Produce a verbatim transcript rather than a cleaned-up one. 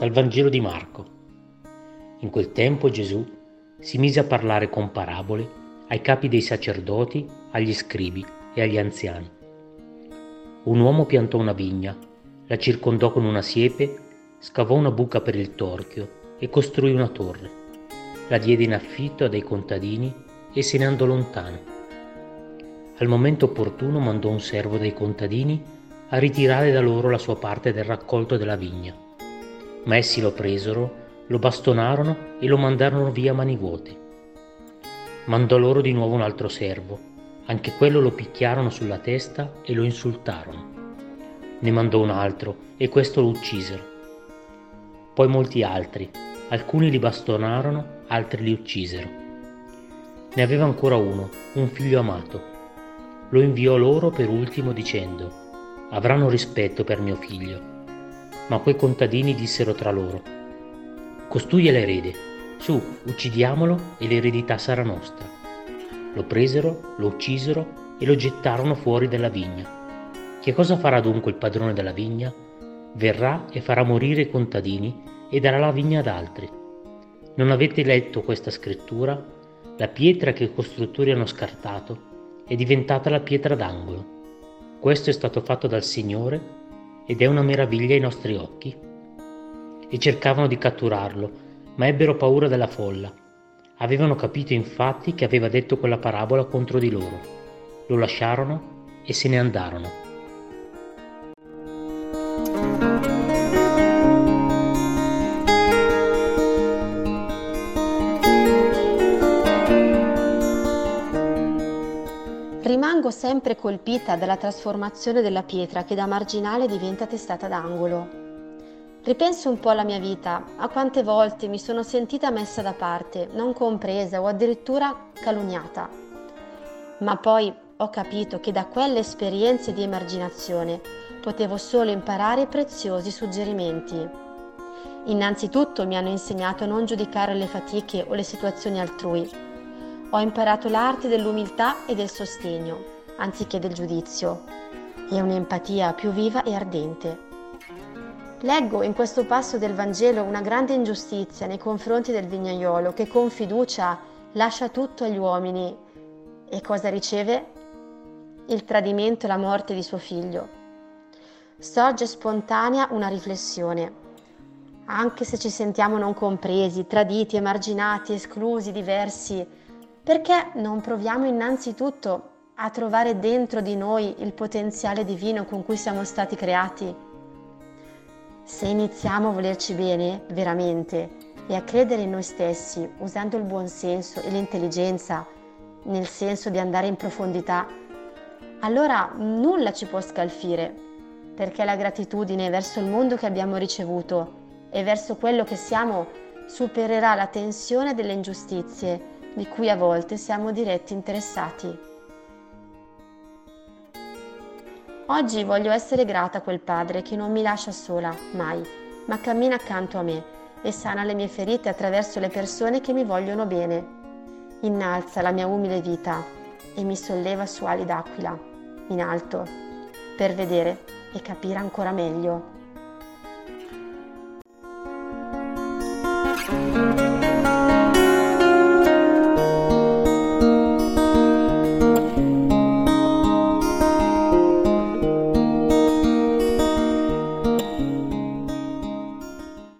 Dal Vangelo di Marco. In quel tempo Gesù si mise a parlare con parabole ai capi dei sacerdoti, agli scribi e agli anziani. Un uomo piantò una vigna, la circondò con una siepe, scavò una buca per il torchio e costruì una torre. La diede in affitto a dei contadini e se ne andò lontano. Al momento opportuno mandò un servo dei contadini a ritirare da loro la sua parte del raccolto della vigna. Ma essi lo presero, lo bastonarono e lo mandarono via a mani vuote. Mandò loro di nuovo un altro servo, anche quello lo picchiarono sulla testa e lo insultarono. Ne mandò un altro e questo lo uccisero. Poi molti altri, alcuni li bastonarono, altri li uccisero. Ne aveva ancora uno, un figlio amato. Lo inviò loro per ultimo dicendo: avranno rispetto per mio figlio. Ma quei contadini dissero tra loro: costui è l'erede, su, uccidiamolo e l'eredità sarà nostra. Lo presero, lo uccisero e lo gettarono fuori dalla vigna. Che cosa farà dunque il padrone della vigna? Verrà e farà morire i contadini e darà la vigna ad altri. Non avete letto questa scrittura? La pietra che i costruttori hanno scartato è diventata la pietra d'angolo. Questo è stato fatto dal Signore ed è una meraviglia ai nostri occhi. E cercavano di catturarlo, ma ebbero paura della folla. Avevano capito infatti che aveva detto quella parabola contro di loro. Lo lasciarono e se ne andarono. Rimango sempre colpita dalla trasformazione della pietra che da marginale diventa testata d'angolo. Ripenso un po' alla mia vita, a quante volte mi sono sentita messa da parte, non compresa o addirittura calunniata. Ma poi ho capito che da quelle esperienze di emarginazione potevo solo imparare preziosi suggerimenti. Innanzitutto mi hanno insegnato a non giudicare le fatiche o le situazioni altrui. Ho imparato l'arte dell'umiltà e del sostegno, anziché del giudizio, e un'empatia più viva e ardente. Leggo in questo passo del Vangelo una grande ingiustizia nei confronti del vignaiolo che con fiducia lascia tutto agli uomini. E cosa riceve? Il tradimento e la morte di suo figlio. Sorge spontanea una riflessione. Anche se ci sentiamo non compresi, traditi, emarginati, esclusi, diversi, perché non proviamo innanzitutto a trovare dentro di noi il potenziale divino con cui siamo stati creati? Se iniziamo a volerci bene, veramente, e a credere in noi stessi, usando il buon senso e l'intelligenza, nel senso di andare in profondità, allora nulla ci può scalfire, perché la gratitudine verso il mondo che abbiamo ricevuto e verso quello che siamo supererà la tensione delle ingiustizie di cui a volte siamo diretti interessati. Oggi voglio essere grata a quel Padre che non mi lascia sola, mai, ma cammina accanto a me e sana le mie ferite attraverso le persone che mi vogliono bene. Innalza la mia umile vita e mi solleva su ali d'aquila, in alto, per vedere e capire ancora meglio.